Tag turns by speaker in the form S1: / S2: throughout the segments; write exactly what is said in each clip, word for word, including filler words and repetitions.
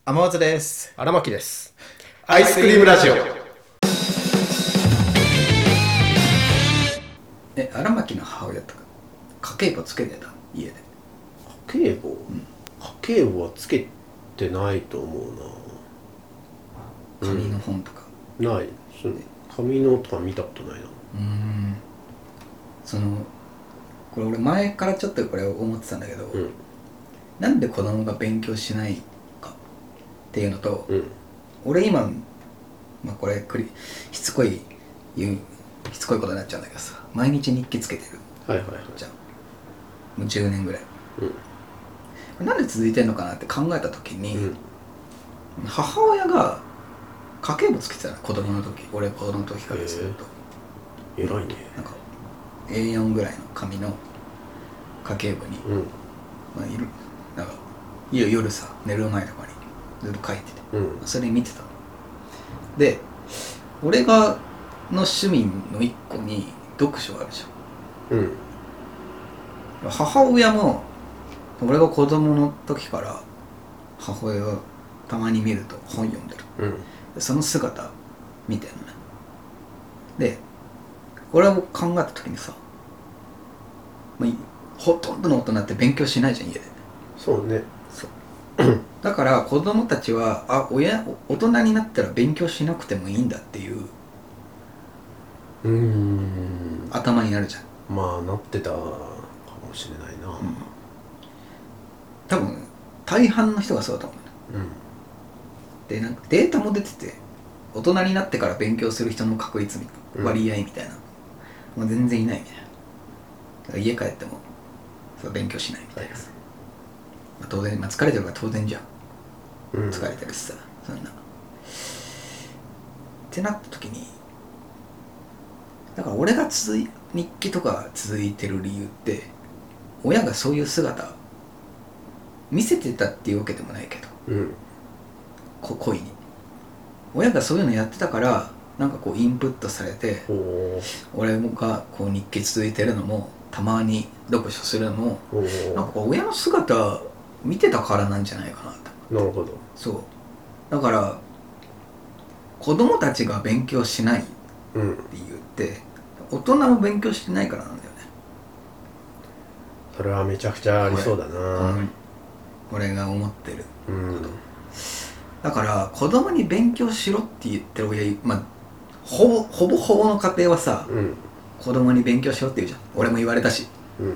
S1: 天松です。
S2: 荒牧です。
S1: アイスクリームラジオ。
S3: え、荒牧の母親とか家計簿つけてた家で。
S2: 家計簿、うん、家計簿はつけてないと思う
S3: な。紙の本とか、
S2: うん、ない。その紙のとか見たことないな。
S3: うーん。そのこれ俺前からちょっとこれ思ってたんだけど、うん、なんで子供が勉強しないかっていうのと、うん、俺今、まあ、これくりしつこい言うしつこいことになっちゃうんだけどさ、毎日日記つけてる、
S2: はいはいはい、
S3: じゃんもうじゅうねんぐらい、うん、なんで続いてんのかなって考えた時に、うん、母親が家計簿つけてたの、子供の時。俺子供の時からずっと、
S2: えー、偉いね。
S3: なんか エーよん ぐらいの紙の家計簿に、うん、まあ、いるなんか夜さ寝る前とかにずっと書いてて、うん、それ見てたので、俺がの趣味の一個に読書あるじゃん、うん、母親も俺が子供の時から母親がたまに見ると本読んでる、うん、でその姿見てるのね。で俺は考えた時にさ、まあ、ほとんどの大人って勉強しないじゃん、家で。
S2: そうね。
S3: そうだから子供たちはあ親大人になったら勉強しなくてもいいんだっていう
S2: うーん
S3: 頭になるじゃん。
S2: まあなってたかもしれないな、うん、
S3: 多分大半の人がそうだと思う、うん、でなんかデータも出てて、大人になってから勉強する人の確率割合みたいな、うん、もう全然いないみたいな。だから家帰ってもそう勉強しないみたいなさ、まあ、当然、まあ、疲れてるから当然じゃん、うん、疲れてるしさ、そんなってなった時に、だから俺が続い日記とか続いてる理由って、親がそういう姿見せてたっていうわけでもないけど、うん、こ恋に親がそういうのやってたから、なんかこうインプットされて、俺がこう日記続いてるのも、たまに読書するのも、なんか親の姿見てたからなんじゃないかなと。
S2: なるほど。
S3: そうだから子供たちが勉強しないって言って、うん、大人も勉強してないからなんだよね。
S2: それはめちゃくちゃありそうだな、うん、
S3: 俺が思ってること、うん、だから子供に勉強しろって言ってる親、まあほぼほぼほぼの家庭はさ、うん、子供に勉強しろって言うじゃん。俺も言われたし、うんうん、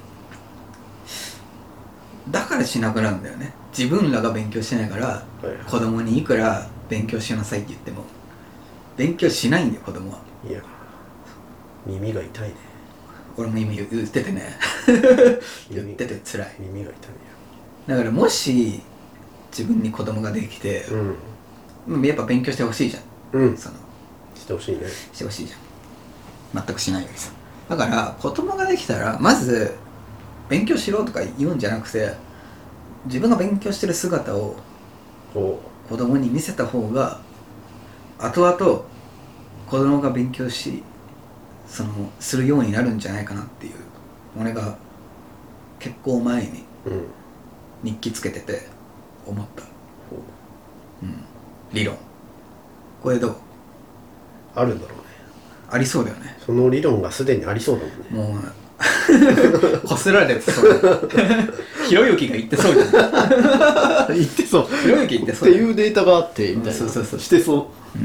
S3: だからしなくなるんだよね。自分らが勉強してないから、はいはい、子供にいくら勉強しなさいって言っても勉強しないんだよ、子供は。
S2: いや、耳が痛いね。
S3: 俺も今言っててね言ってて辛い。
S2: 耳が痛いよ。
S3: だからもし自分に子供ができて、うん、やっぱ勉強してほしいじゃん、うん、その
S2: してほしいね。
S3: してほしいじゃん、全くしないよりさ。だから子供ができたらまず勉強しろとか言うんじゃなくて、自分が勉強してる姿を子供に見せた方が後々子供が勉強しそのするようになるんじゃないかなっていう、俺が結構前に日記つけてて思った、うん、理論。これどう？
S2: あるんだろうね。
S3: ありそうだよね。
S2: その理論がすでにありそうだもんね。
S3: もうこすられてそうひろゆきが言ってそうじゃん
S2: 言ってそう、
S3: ひろゆき言ってそう
S2: っていうデータがあってみたいな、
S3: そうそうそう
S2: してそう、うん、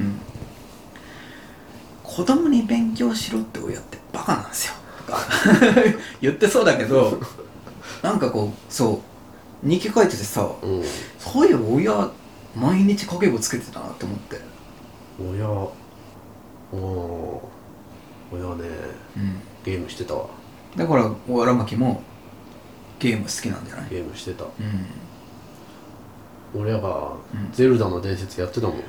S3: 子供に勉強しろって親ってバカなんですよとか言ってそうだけどなんかこうそう日記書いててさ、うん、そういえば親毎日家計簿つけてたなって思って。
S2: 親お親ね、うん、ゲームしてたわ。
S3: だから荒牧もゲーム好きなんじゃない？
S2: ゲームしてた、うん、俺らがゼルダの伝説やってたもん、うん、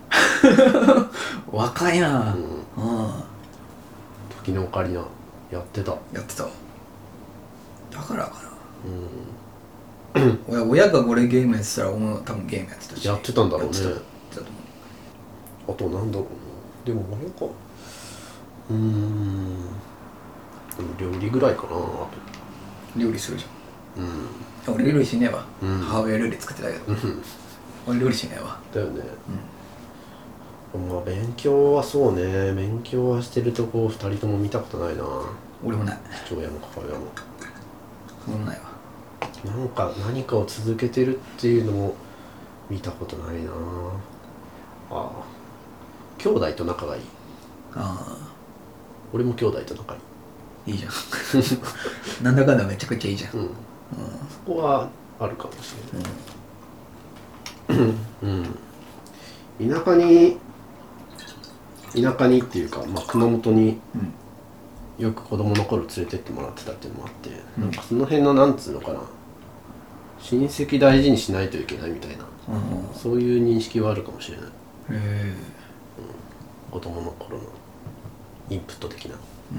S3: 若いな、うん、
S2: 時のオカリナやってた
S3: やってただからかな、うん、親, 親が俺ゲームやってたら俺も多分ゲームやってたし、
S2: やってたんだろうね。
S3: あ
S2: となんだろうな、でも俺かうーんでも料理ぐらいかな。あと
S3: 料理するじゃん、うん、俺料理しねえわ、うん、母親料理作ってたけど、うん、 俺料理しないわ。
S2: だよね、まあ勉強はそうね、勉強はしてるとこふたりとも見たことないな。
S3: 俺もない。
S2: 父親も母親も。
S3: 俺もないわ。
S2: なんか何かを続けてるっていうのも見たことないな。ああ、兄弟と仲がいい。
S3: ああ、
S2: 俺も兄弟と仲いい。
S3: いいじゃん。なんだかんだめちゃくちゃいいじゃん。
S2: うん、
S3: うん、
S2: そこはあるかもしれない。うん、うん、田舎に田舎にっていうか、まあ、熊本によく子供の頃連れてってもらってたっていうのもあって、うん、なんかその辺のなんつうのかな、親戚大事にしないといけないみたいな、うん、そういう認識はあるかもしれない。へえ、うん、子供の頃のインプット的な。
S3: うん、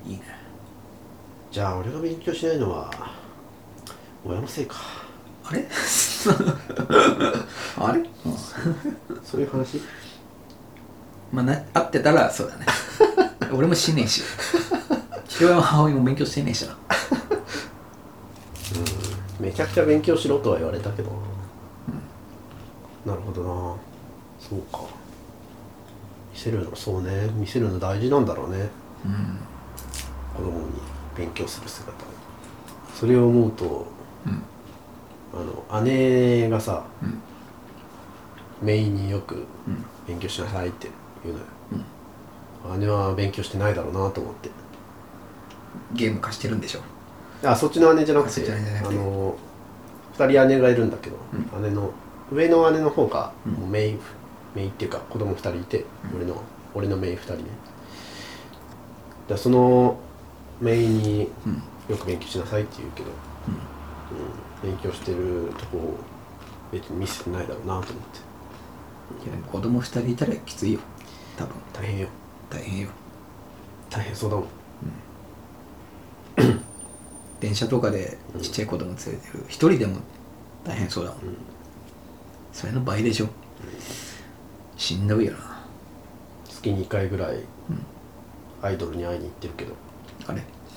S3: いいね。
S2: じゃあ俺が勉強しないのは親のせいか。
S3: あれあれ、うん、
S2: そういう話。
S3: まあな、合ってたらそうだね。俺もしねえし、父親も母親も勉強してねえしな。
S2: うん、めちゃくちゃ勉強しろとは言われたけど、うん、なるほどな。そうか、見せるの、そうね、見せるの大事なんだろうね、うん、子供に勉強する姿を。それを思うと、うん、あの姉がさ、うん、姪によく勉強しなさいって言うのよ、うん、姉は勉強してないだろうなと思って。
S3: ゲーム化してるんでしょ。
S2: あ、そっちの姉じゃなくて、あのふたり姉がいるんだけど、うん、姉の上の姉の方がもう姪、姪っていうか子供ふたりいて、うん、俺の俺の姪ふたりね。だその姪によく勉強しなさいって言うけど、うんうん、勉強してるとこを別に見せてないだろうなと思って。
S3: いや、子供ふたりいたらきついよ、多分。
S2: 大変よ、
S3: 大変よ、
S2: 大変そうだもん、
S3: うん、電車とかでちっちゃい子供連れてる一、うん、人でも大変そうだもん、うん、それの倍でしょ、うん、しんどいよな。
S2: 月にかいぐらい、うん、アイドルに会いに行ってるけど。
S3: あれ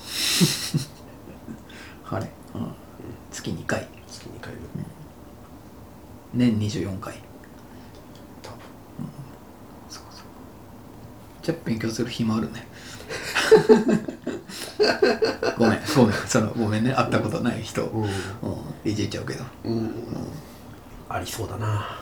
S3: あれ、うんうん、月にかい、
S2: 月にかいぐらい、
S3: うん、年にじゅうよんかい
S2: 多分、
S3: うん、そうそう。じゃあ勉強する暇あるね。ごめんごめん、そのごめんね、会ったことない人、うんうん、いじっちゃうけど、うんうん、
S2: ありそうだな。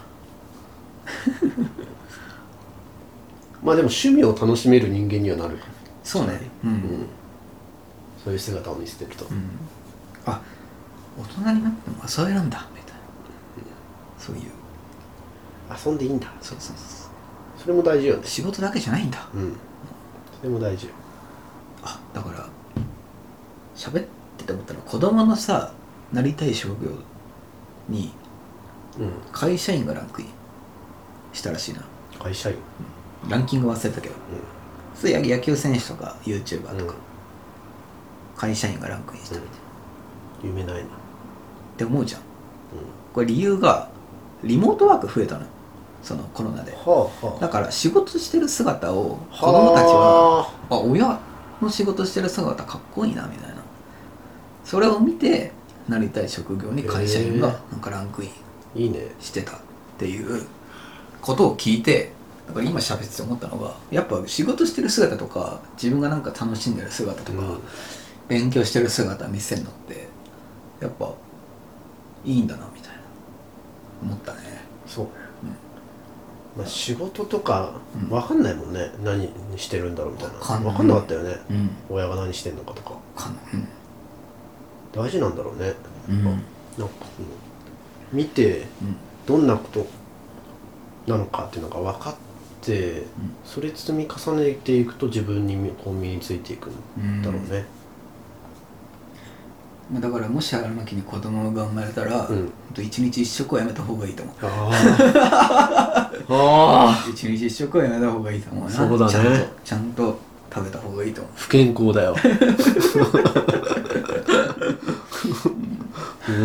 S2: まあでも趣味を楽しめる人間にはなるかも。
S3: そうね、うんうん、
S2: そういう姿を見せてると、うん、
S3: あ、大人になっても遊べるんだみたいな、うん、そういう
S2: 遊んでいいんだ。
S3: そうそうそう、
S2: それも大事よね。
S3: 仕事だけじゃないんだ、うん、
S2: それも大事よ。
S3: あ、だから喋ってて思ったのは、子供のさ、なりたい職業に、うん、会社員がランクインしたらしいな。
S2: 会社員、
S3: うん、ランキング忘れたけど、うん、そういう野球選手とか YouTuber とか、うん、会社員がランクインしたみたいな、
S2: うん、夢ないな
S3: って思うじゃん、うん、これ理由がリモートワーク増えたのよ、そのコロナで、はあはあ、だから仕事してる姿を子供たちは、あ、親の仕事してる姿かっこいいなみたいな、それを見てなりたい職業に会社員がなんかランクインしてたっていうことを聞いて、だから今喋ってて思ったのが、やっぱ仕事してる姿とか自分がなんか楽しんでる姿とか、うん、勉強してる姿見せるのってやっぱいいんだなみたいな思ったね。
S2: そう、うん、まあ、仕事とか分かんないもんね、うん、何してるんだろうみたいな、分かんなかったよね、うん、親が何してんのかとか、かん、うん、大事なんだろうね、うん、なんか、うん、見て、どんなことなのかっていうのが分かって、うん、それ積み重ねていくと自分にこう身についていくんだろうね、
S3: うん、だからもし荒牧に子供が生まれたら、うん、一日一食はやめた方がいいと思う。ああ一日一食はやめた方がいいと思うな。
S2: そうだね、ちゃんと、
S3: ちゃんと食べた方がいいと思う。
S2: 不健康だよ。うん、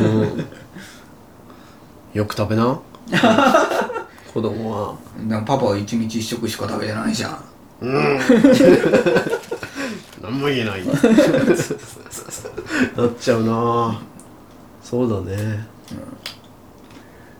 S2: よく食べな。子供は。
S3: パパは一日一食しか食べてないじゃん。うん。
S2: 何も言えない。なっちゃうな。そうだね。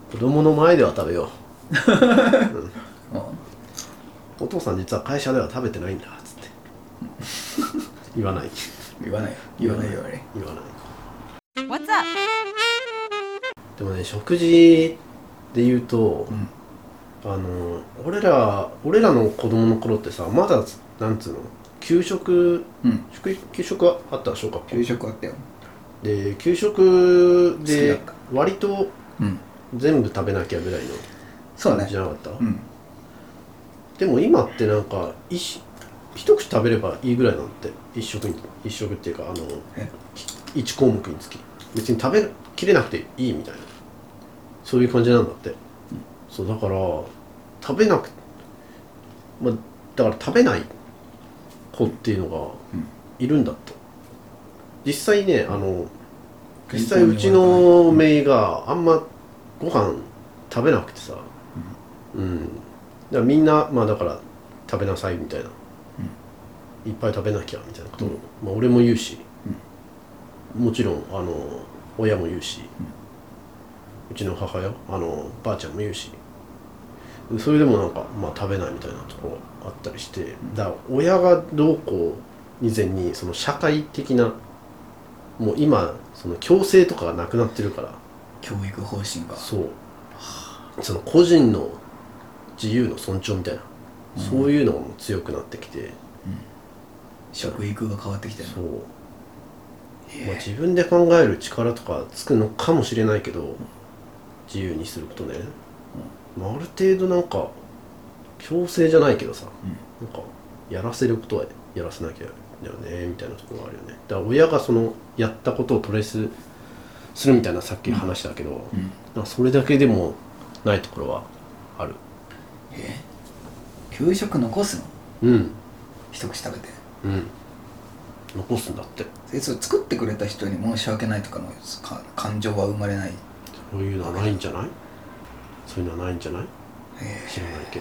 S2: 子供の前では食べよう、うん
S3: あ
S2: お父さん実は会社では食べてないんだっつって言わない
S3: 言わないよ言わないよあれ
S2: 言わない
S4: What's up?
S2: でもね食事で言うと、
S3: うん
S2: あの俺ら俺らの子供の頃ってさまだなんつうの給食、
S3: うん、
S2: 給給食はあった小学校
S3: 給食あったよ。
S2: で給食
S3: 好きだ
S2: で
S3: った
S2: 割と
S3: うん
S2: 全部食べなきゃぐらいの感
S3: そうだね
S2: じじゃなかった、
S3: うん
S2: でも今ってなんか一一口食べればいいぐらいなんて一食に一食っていうかあの
S3: え
S2: 一項目につき別に食べきれなくていいみたいなそういう感じなんだって、うん、そうだから食べなくまあだから食べない子っていうのがいるんだって、実際ねあの実際うちの姪があんまご飯食べなくてさ、うん、うん、だからみんなまあだから食べなさいみたいな、うん、いっぱい食べなきゃみたいなことを、うん、まあ、俺も言うし、うん、もちろんあの親も言うし、うん、うちの母親あのばあちゃんも言うし、それでもなんか、まあ、食べないみたいなところあったりして、だから親がどうこう以前にその社会的なもう今その強制とかがなくなってるから、
S3: 教育方針が
S2: そうその個人の自由の尊重みたいな、うん、そういうのも強くなってきて、うん、
S3: 食育が変わってきてる。
S2: そう、えーまあ、自分で考える力とかつくのかもしれないけど、自由にすることね、うん、まあ、ある程度なんか強制じゃないけどさ、うん、なんかやらせることはやらせなきゃだよねみたいなところがあるよね。だから親がそのやったことをトレースするみたいなさっき話したけど、うん、なんかそれだけでもないところはある。
S3: え給食残すの？
S2: うん。
S3: 一口食べて。
S2: うん。残すんだって。
S3: えそれ作ってくれた人に申し訳ないとかの感情は生まれない？
S2: そういうのはないんじゃない？そういうのはないんじゃない？知らないけど。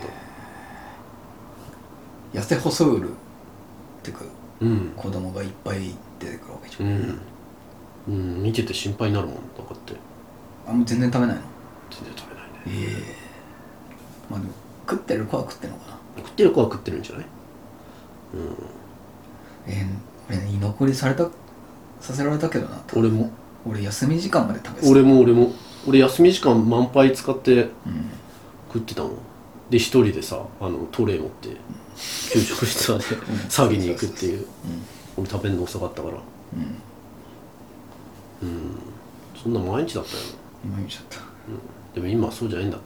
S3: 痩せ細うるっていうか、
S2: うん、
S3: 子供がいっぱい出てくるわけじゃん。
S2: うん、うん、見てて心配になるもん。なんかって。
S3: あもう全然食べないの？
S2: 全然食べないね。
S3: ええー、まあでも食ってる子は食ってるのかな。
S2: 食ってる子は食ってるんじゃない？うん。
S3: えー、俺ね居残りされたさせられたけどな。
S2: 俺も。
S3: 俺休み時間まで食べてた。
S2: 俺も俺も俺休み時間満杯使って食ってたもん。で一人でさあのトレー持って給食室まで詐欺に行くっていう、うん、俺食べるの遅かったから、うん、うん、そんな毎日だったよ。
S3: 毎日だった、うん、
S2: でも今はそうじゃないんだって。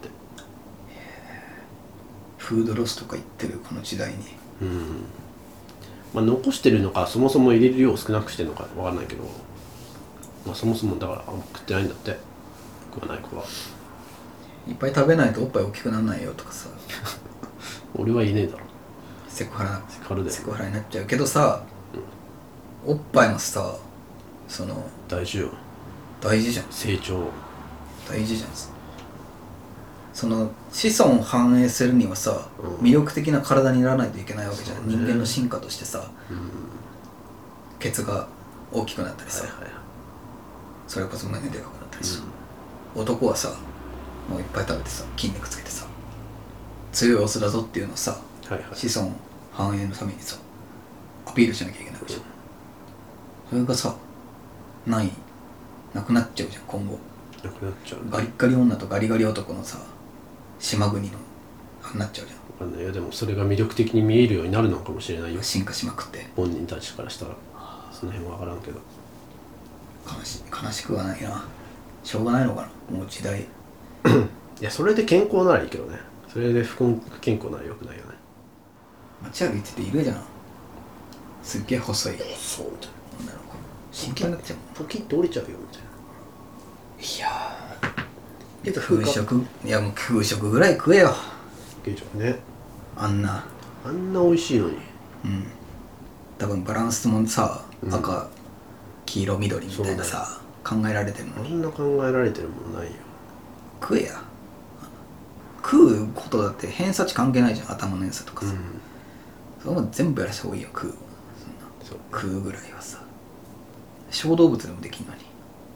S3: フードロスとか言ってるこの時代に、
S2: うん、まあ残してるのかそもそも入れる量を少なくしてるのかわかんないけど、まあそもそもだからあんま食ってないんだって。食わない子はい
S3: っぱい食べないとおっぱい大きくならないよとかさ
S2: 俺は言えねえだろ。
S3: セクハラ
S2: セクハラだよ。
S3: セクハラになっちゃうけどさ、うん、おっぱいのさその
S2: 大事よ。
S3: 大事じゃん。
S2: 成長
S3: 大事じゃん。その子孫を繁栄するにはさ、うん、魅力的な体にならないといけないわけじゃん、ね、人間の進化としてさ、うん、ケツが大きくなったりさ、はいはい、それこそ胸でかくなったりさ、うん、男はさもういっぱい食べてさ筋肉つけてさ強いオスだぞっていうのをさ、はいはい、子孫繁栄のためにさアピールしなきゃいけないわけじゃん、うん、それがさないなくなっちゃうじゃん今後。
S2: なくなっちゃう、ね、
S3: ガリッガリ女とガリガリ男のさ島国のあんなっちゃうじゃん。
S2: わかんないよ。でもそれが魅力的に見えるようになるのかもしれないよ。
S3: 進化しまくって
S2: 本人たちからしたらその辺は分からんけど
S3: 悲し悲しくはないな。しょうがないのかなもう時代い
S2: やそれで健康ならいいけどね。それで不健康ならよくないよね。
S3: 街歩いてているじゃんすっげえ細い
S2: そうみたいな女の子
S3: 心配になっちゃう。
S2: ポキッと折れちゃうよみたいな。
S3: いやー空食いやもう空食ぐらい食えよ。
S2: 食えちゃうね。
S3: あんな
S2: あんな美味しいのに。うん
S3: 多分バランスもさ、うん、赤黄色緑みたいなさ、ね、考えられてるのに
S2: あんな考えられてるもんないよ。
S3: 食えや。食うことだって偏差値関係ないじゃん頭の良さとかさ、うん、それも全部やらした方がいいよ食う。そんなそう食うぐらいはさ小動物でもできんのに。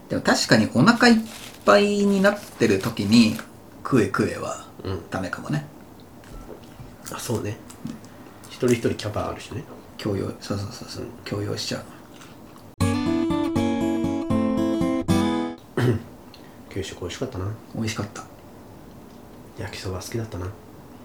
S3: でも確かにお腹いっぱいになってる時に食え食えはダメかもね、
S2: うん、あそうね、一人一人キャパあるしね、
S3: 強要そうそうそうそう、うん、強要しちゃう
S2: 給食美味しかったな。
S3: 美味しかった。
S2: 焼きそば好きだったな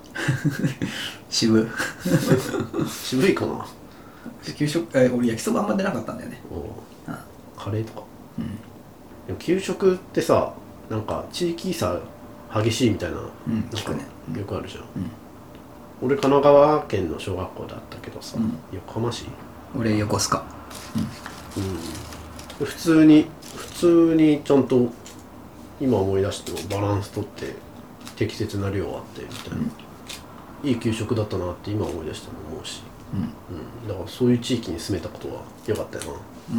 S3: 渋
S2: 渋いかな。
S3: 給食え俺焼きそばあんま出なかったんだよね。
S2: お
S3: あ
S2: カレーとか、
S3: うん、
S2: でも給食ってさ、なんか地域差激しいみたいな、
S3: うん、聞くね、
S2: よくあるじゃん、うん、
S3: 俺
S2: 神奈川県の小学校だったけどさ、うん、横浜市、
S3: 俺横須賀、
S2: うんうん、普通に普通にちゃんと今思い出してもバランスとって適切な量あってみたいな、うん、いい給食だったなって今思い出しても思うし、うんうん、だからそういう地域に住めたことは良かったよ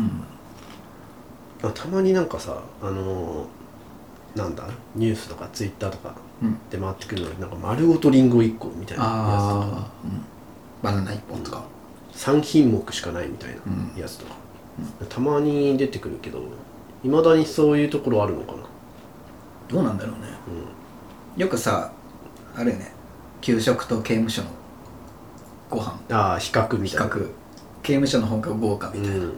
S2: な、うん、たまになんかさ、あのー、なんだニュースとかツイッターとかで回ってくるのに、なんか丸ごとリンゴいっこみたいなやつとか、
S3: うん、バナナいっぽんとか
S2: さん品目しかないみたいなやつとか、うん、たまに出てくるけど、いまだにそういうところあるのかな。
S3: どうなんだろうね、うん、よくさあるよね、給食と刑務所のご飯、
S2: ああ比較みたいな、比較、
S3: 刑務所の方が豪華みたいな、うんうん、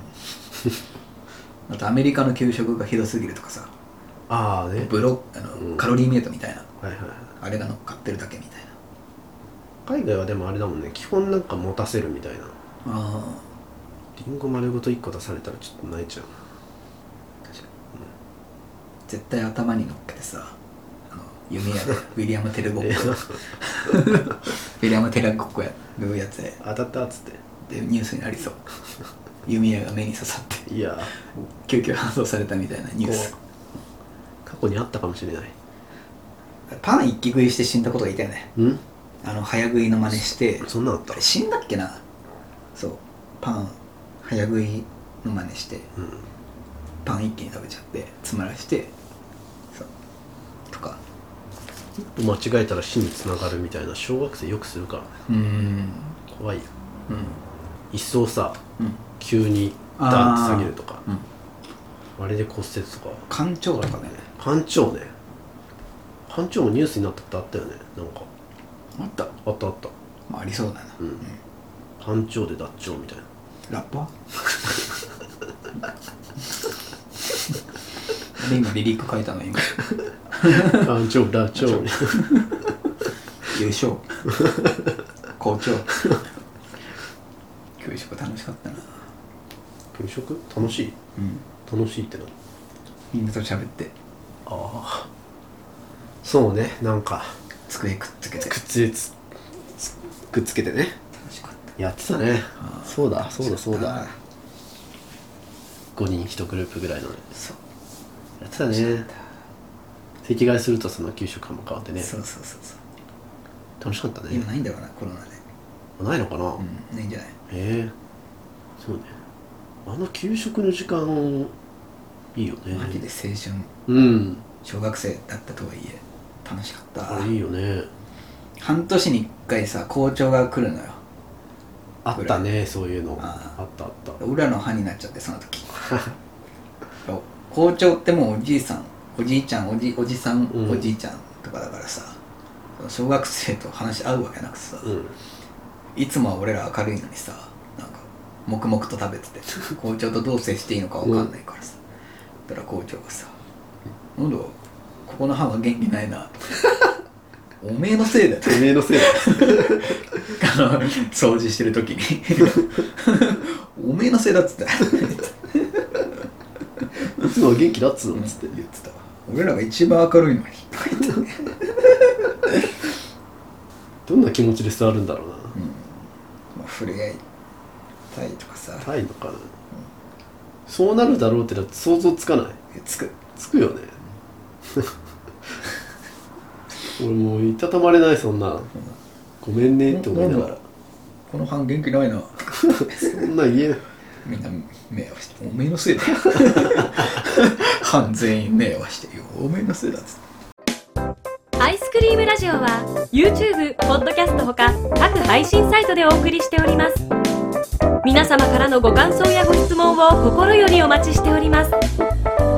S3: あとアメリカの給食がひどすぎるとかさ、
S2: ああね、
S3: ブロあの、うん、カロリーメイトみたいな、
S2: はいはいはい、
S3: あれが乗っかってるだけみたいな。
S2: 海外はでもあれだもんね、基本なんか持たせるみたいな。ああ、リンゴ丸ごといっこ出されたらちょっと泣いちゃうな。
S3: 確かに、うん、絶対頭に乗っけてさ、あの弓矢でウィリアム・テルごっこウィリアム・テルごっこやるやつで
S2: 当たったっつって
S3: でニュースになりそう。弓矢が目に刺さって
S2: いや
S3: 救急搬送されたみたいなニュース
S2: 過去にあったかもしれない。
S3: パン一気食いして死んだことがいたよね。
S2: ん
S3: あの早食いの真似して。
S2: そんなのあった？
S3: 死んだっけな。そうパン早食いの真似して、うん、パン一気に食べちゃって詰まらしてそうとか、
S2: 間違えたら死につながるみたいな小学生よくするからね。うーん怖いよ、うん、一層さ、うん、急にダンって下げるとか、あ,、うん、あれで骨折とか、
S3: 肝腸とかね。
S2: 肝腸ね、肝腸もニュースになったことあったよね。なんか
S3: あった
S2: あったあった、
S3: まあ、ありそうだな、うんうん、
S2: 肝腸で脱腸みたいな。
S3: ラッパーで今リリック書いたの今
S2: 肝腸脱腸
S3: 優勝校長給食楽しかったな。
S2: 給食楽しい、うん、楽しいってな、
S3: みんなと喋って。
S2: ああそうね、なんか
S3: 机くっつけて
S2: くっつつくっつけてね、
S3: 楽しかった。
S2: やってたね。そうだそうだそうだ、ごにんいちグループぐらいのね、そうやってたね。席替えするとその給食も変わってね。
S3: そうそうそうそう、
S2: 楽しかったね。
S3: 今ないんだろうな、コロナで。
S2: ないのかな、
S3: うん、ないんじゃない。
S2: ええー、そうね。あの給食の時間いいよね。
S3: マジで青春。
S2: うん、
S3: 小学生だったとはいえ楽しかった。
S2: あれいいよね。
S3: 半年にいっかいさ校長が来るのよ。
S2: あったね、そういうの。あったあった。
S3: 裏の歯になっちゃって、その時校長ってもうおじいさんおじいちゃんおじおじさん、うん、おじいちゃんとかだからさ、小学生と話し合うわけなくさ、うん、いつもは俺ら明るいのにさ、なんか黙々と食べてて校長とどう接していいのか分かんないからさ、うん、だから校長がさ「なんだここの歯が元気ないな」とかおめえのせいだよ。
S2: おめえのせいだよ
S3: あの掃除してる時におめえのせいだっつって
S2: いつもは元気だっつうのっつって
S3: 言ってた。俺らが一番明るいのに
S2: どんな気持ちで座るんだろうな、うん、ま
S3: あ、触れ合いたいとかさ、
S2: たいのかな、うん、そうなるだろうってのは想像つかない。
S3: つく
S2: つくよね俺もういたたまれない、そんな、うん、ごめんねって思いながら、
S3: この班元気ないな
S2: そんな言え
S3: みんな目合わせて、おめえのせいだよ班全員目合わせてよ、おめえのせいだっつって。
S4: アイスクリームラジオは YouTube、ポッドキャストほか各配信サイトでお送りしております。皆様からのご感想やご質問を心よりお待ちしております。